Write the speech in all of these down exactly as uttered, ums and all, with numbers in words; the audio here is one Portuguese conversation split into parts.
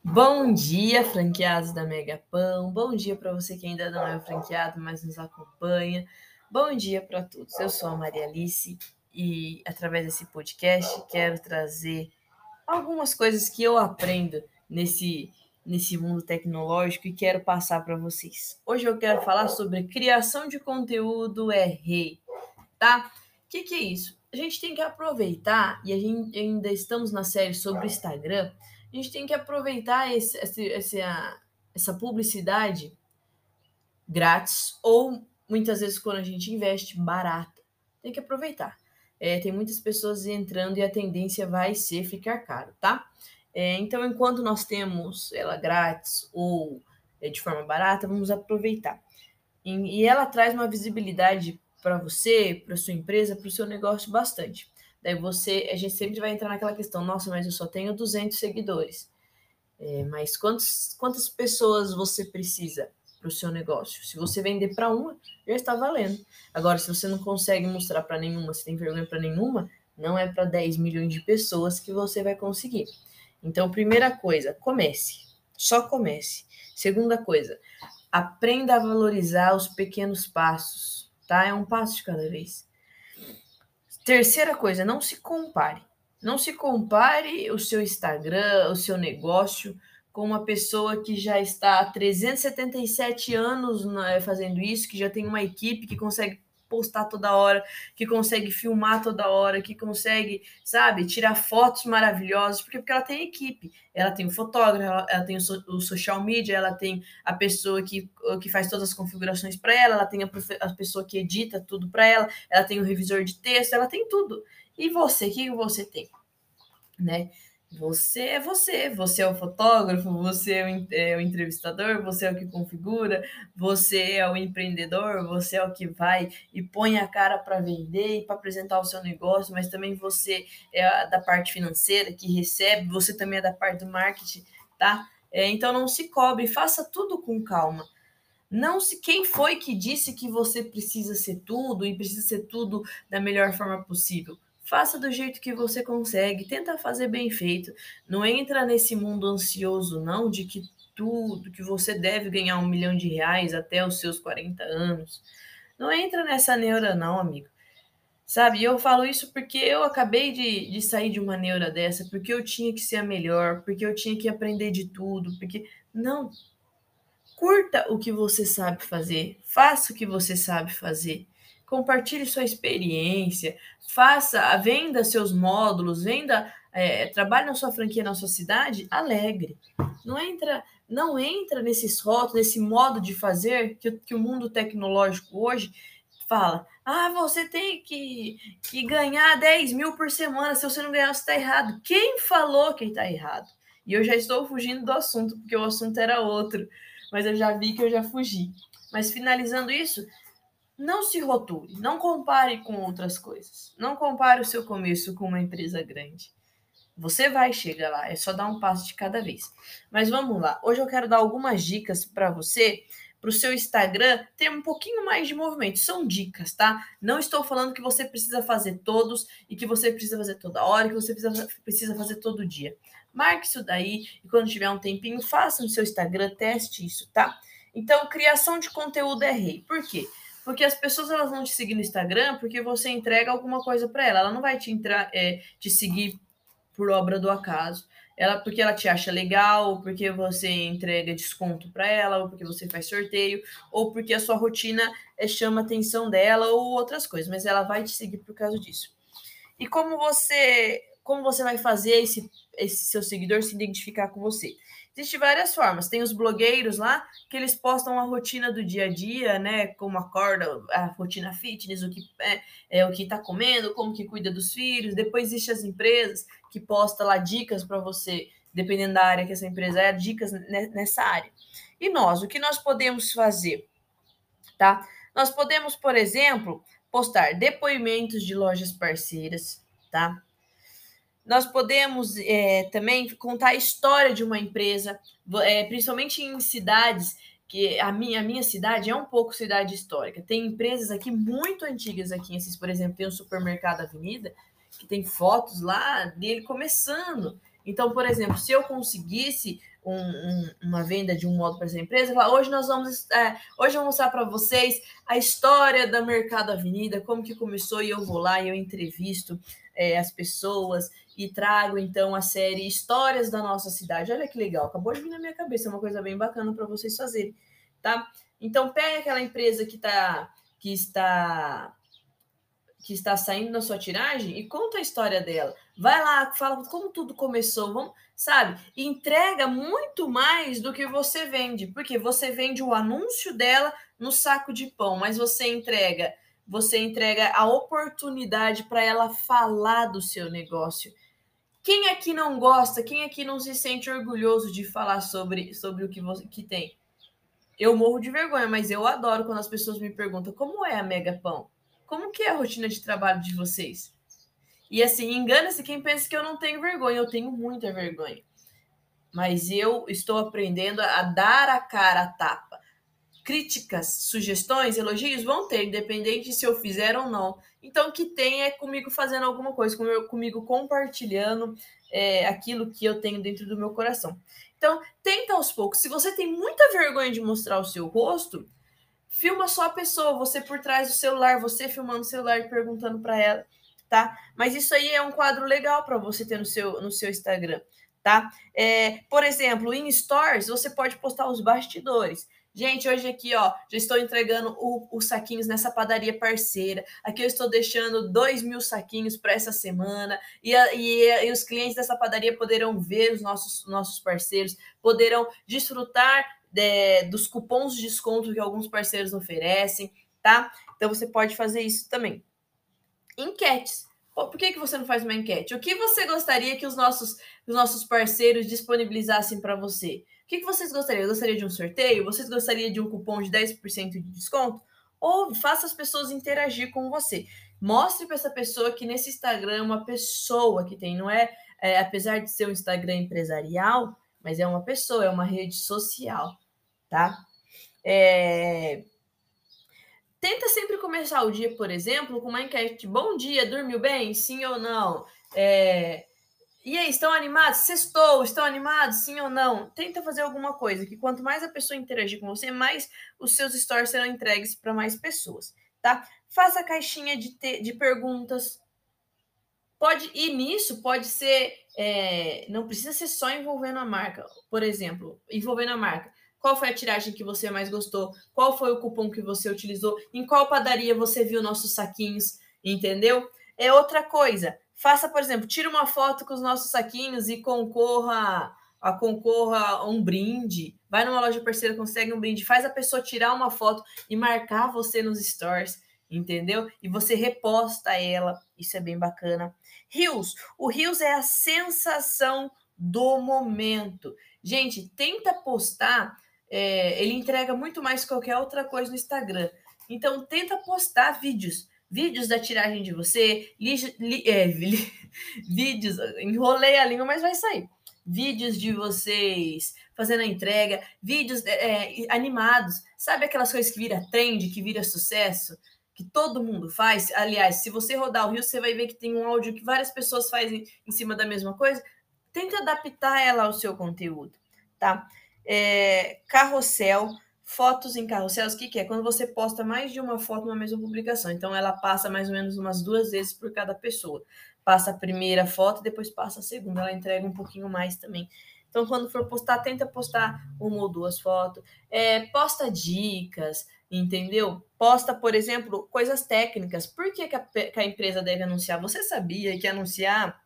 Bom dia, franqueados da Megapão. Bom dia para você que ainda não é franqueado, mas nos acompanha. Bom dia para todos. Eu sou a Maria Alice e, através desse podcast, quero trazer algumas coisas que eu aprendo nesse, nesse mundo tecnológico e quero passar para vocês. Hoje eu quero falar sobre criação de conteúdo é rei, tá? O que, que é isso? A gente tem que aproveitar, e a gente ainda estamos na série sobre o Instagram, a gente tem que aproveitar esse, esse, essa, essa publicidade grátis, ou muitas vezes quando a gente investe, barata. Tem que aproveitar. É, tem muitas pessoas entrando e a tendência vai ser ficar caro, tá? É, então, enquanto nós temos ela grátis ou é, de forma barata, vamos aproveitar. E, e ela traz uma visibilidade para você, para sua empresa, para o seu negócio bastante. Daí você, a gente sempre vai entrar naquela questão, nossa, mas eu só tenho duzentos seguidores. É, mas quantos, quantas pessoas você precisa para o seu negócio? Se você vender para uma, já está valendo. Agora, se você não consegue mostrar para nenhuma, se tem vergonha para nenhuma, não é para dez milhões de pessoas que você vai conseguir. Então, primeira coisa, comece. Só comece. Segunda coisa, aprenda a valorizar os pequenos passos, tá? É um passo de cada vez. Terceira coisa, não se compare. Não se compare o seu Instagram, o seu negócio com uma pessoa que já está há trezentos e setenta e sete anos né, fazendo isso, que já tem uma equipe que consegue postar toda hora, que consegue filmar toda hora, que consegue, sabe, tirar fotos maravilhosas, porque, porque ela tem equipe, ela tem o fotógrafo, ela, ela tem o, so, o social media, ela tem a pessoa que, que faz todas as configurações para ela, ela tem a, a pessoa que edita tudo para ela, ela tem o revisor de texto, ela tem tudo. E você, o que você tem? Né? Você é você, você é o fotógrafo, você é o, é o entrevistador, você é o que configura, você é o empreendedor, você é o que vai e põe a cara para vender e para apresentar o seu negócio, mas também você é a da parte financeira que recebe, você também é da parte do marketing, tá? É, então não se cobre, faça tudo com calma. Não se quem foi que disse que você precisa ser tudo e precisa ser tudo da melhor forma possível. Faça do jeito que você consegue, tenta fazer bem feito. Não entra nesse mundo ansioso, não, de que tudo, que você deve ganhar um milhão de reais até os seus quarenta anos. Não entra nessa neura, não, amigo. Sabe, eu falo isso porque eu acabei de, de sair de uma neura dessa, porque eu tinha que ser a melhor, porque eu tinha que aprender de tudo, porque. Não, curta o que você sabe fazer, faça o que você sabe fazer, compartilhe sua experiência, faça, venda seus módulos, venda, é, trabalhe na sua franquia na sua cidade, alegre. Não entra, não entra nesses rótulos, nesse modo de fazer que, que o mundo tecnológico hoje fala. Ah, você tem que, que ganhar dez mil por semana, se você não ganhar, você está errado. Quem falou que está errado? E eu já estou fugindo do assunto, porque o assunto era outro, mas eu já vi que eu já fugi. Mas finalizando isso, não se rotule, não compare com outras coisas. Não compare o seu começo com uma empresa grande. Você vai chegar lá, é só dar um passo de cada vez. Mas vamos lá, hoje eu quero dar algumas dicas para você, para o seu Instagram ter um pouquinho mais de movimento. São dicas, tá? Não estou falando que você precisa fazer todos e que você precisa fazer toda hora, que você precisa, precisa fazer todo dia. Marque isso daí e quando tiver um tempinho, faça no seu Instagram, teste isso, tá? Então, criação de conteúdo é rei. Por quê? Porque as pessoas elas vão te seguir no Instagram porque você entrega alguma coisa para ela. Ela não vai te, entrar, é, te seguir por obra do acaso. Ela, porque ela te acha legal, ou porque você entrega desconto para ela, ou porque você faz sorteio, ou porque a sua rotina é, chama a atenção dela, ou outras coisas, mas ela vai te seguir por causa disso. E como você, como você vai fazer esse, esse seu seguidor se identificar com você? Existem várias formas. Tem os blogueiros lá, que eles postam a rotina do dia a dia, né? Como acorda, a rotina fitness, o que é, é o que está comendo, como que cuida dos filhos. Depois existem as empresas que postam lá dicas para você, dependendo da área que essa empresa é, dicas nessa área. E nós, o que nós podemos fazer? Tá? Nós podemos, por exemplo, postar depoimentos de lojas parceiras, tá? Nós podemos é, também contar a história de uma empresa, é, principalmente em cidades, que a minha, a minha cidade é um pouco cidade histórica. Tem empresas aqui muito antigas aqui em Assis, por exemplo, tem o Supermercado Avenida, que tem fotos lá dele começando. Então, por exemplo, se eu conseguisse um, um, uma venda de um modo para essa empresa, fala, hoje nós vamos, é, hoje eu vou mostrar para vocês a história da Mercado Avenida, como que começou, e eu vou lá e eu entrevisto é, as pessoas e trago, então, a série Histórias da Nossa Cidade. Olha que legal, acabou de vir na minha cabeça, é uma coisa bem bacana para vocês fazerem, tá? Então, pega aquela empresa que, tá, que está... que está saindo na sua tiragem e conta a história dela. Vai lá, fala como tudo começou, vamos, sabe? E entrega muito mais do que você vende, porque você vende o anúncio dela no saco de pão, mas você entrega, você entrega a oportunidade para ela falar do seu negócio. Quem aqui não gosta, quem aqui não se sente orgulhoso de falar sobre, sobre o que você que tem? Eu morro de vergonha, mas eu adoro quando as pessoas me perguntam como é a Mega Pão? Como que é a rotina de trabalho de vocês? E assim, engana-se quem pensa que eu não tenho vergonha, eu tenho muita vergonha. Mas eu estou aprendendo a dar a cara a tapa. Críticas, sugestões, elogios vão ter, independente se eu fizer ou não. Então, o que tem é comigo fazendo alguma coisa, comigo compartilhando é, aquilo que eu tenho dentro do meu coração. Então, tenta aos poucos. Se você tem muita vergonha de mostrar o seu rosto, filma só a pessoa, você por trás do celular, você filmando o celular e perguntando para ela, tá? Mas isso aí é um quadro legal para você ter no seu, no seu Instagram, tá? É, por exemplo, em Stories, você pode postar os bastidores. Gente, hoje aqui, ó, já estou entregando os saquinhos nessa padaria parceira. Aqui eu estou deixando dois mil saquinhos para essa semana. E, a, e, e os clientes dessa padaria poderão ver os nossos, nossos parceiros, poderão desfrutar de, dos cupons de desconto que alguns parceiros oferecem, tá? Então, você pode fazer isso também. Enquetes. Por que, que você não faz uma enquete? O que você gostaria que os nossos, os nossos parceiros disponibilizassem para você? O que, que vocês gostariam? Gostaria de um sorteio? Vocês gostariam de um cupom de dez por cento de desconto? Ou faça as pessoas interagir com você. Mostre para essa pessoa que nesse Instagram é uma pessoa que tem, não é, é, apesar de ser um Instagram empresarial, mas é uma pessoa, é uma rede social, tá? É... Tenta sempre começar o dia, por exemplo, com uma enquete. Bom dia, dormiu bem? Sim ou não? É... E aí, estão animados? Sextou, estão animados? Sim ou não? Tenta fazer alguma coisa, que quanto mais a pessoa interagir com você, mais os seus stories serão entregues para mais pessoas, tá? Faça a caixinha de, te... de perguntas. Pode ir nisso, pode ser... É... Não precisa ser só envolvendo a marca. Por exemplo, envolvendo a marca. Qual foi a tiragem que você mais gostou? Qual foi o cupom que você utilizou? Em qual padaria você viu nossos saquinhos? Entendeu? É outra coisa. Faça, por exemplo, tira uma foto com os nossos saquinhos e concorra a concorra a um brinde. Vai numa loja parceira, consegue um brinde, faz a pessoa tirar uma foto e marcar você nos stories, entendeu? E você reposta ela. Isso é bem bacana. Reels. O Reels é a sensação do momento. Gente, tenta postar. É, ele entrega muito mais que qualquer outra coisa no Instagram. Então, tenta postar vídeos. Vídeos da tiragem de você, li, li, é, li, vídeos, enrolei a língua, mas vai sair. Vídeos de vocês fazendo a entrega, vídeos é, animados. Sabe aquelas coisas que vira trend, que vira sucesso? Que todo mundo faz? Aliás, se você rodar o Rio, você vai ver que tem um áudio que várias pessoas fazem em cima da mesma coisa. Tenta adaptar ela ao seu conteúdo, tá? É, carrossel, fotos em carrossel, o que, que é? Quando você posta mais de uma foto numa mesma publicação. Então, ela passa mais ou menos umas duas vezes por cada pessoa. Passa a primeira foto, depois passa a segunda. Ela entrega um pouquinho mais também. Então, quando for postar, tenta postar uma ou duas fotos. É, posta dicas, entendeu? Posta, por exemplo, coisas técnicas. Por que, que, a, que a empresa deve anunciar? Você sabia que anunciar...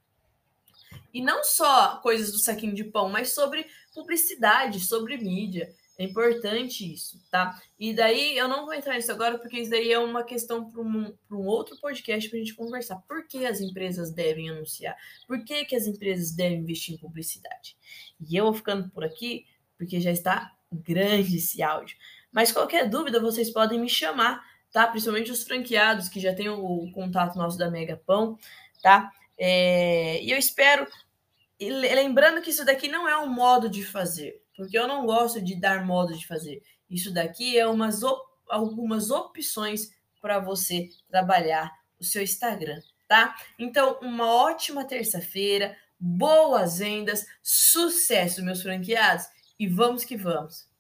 E não só coisas do saquinho de pão, mas sobre publicidade, sobre mídia. É importante isso, tá? E daí, eu não vou entrar nisso agora, porque isso daí é uma questão para um, para um outro podcast para a gente conversar. Por que as empresas devem anunciar? Por que, que as empresas devem investir em publicidade? E eu vou ficando por aqui, porque já está grande esse áudio. Mas qualquer dúvida, vocês podem me chamar, tá? Principalmente os franqueados, que já têm o contato nosso da Mega Pão, tá? É, e eu espero... E lembrando que isso daqui não é um modo de fazer, porque eu não gosto de dar modo de fazer. Isso daqui é umas op- algumas opções para você trabalhar o seu Instagram, tá? Então, uma ótima terça-feira, boas vendas, sucesso, meus franqueados, e vamos que vamos!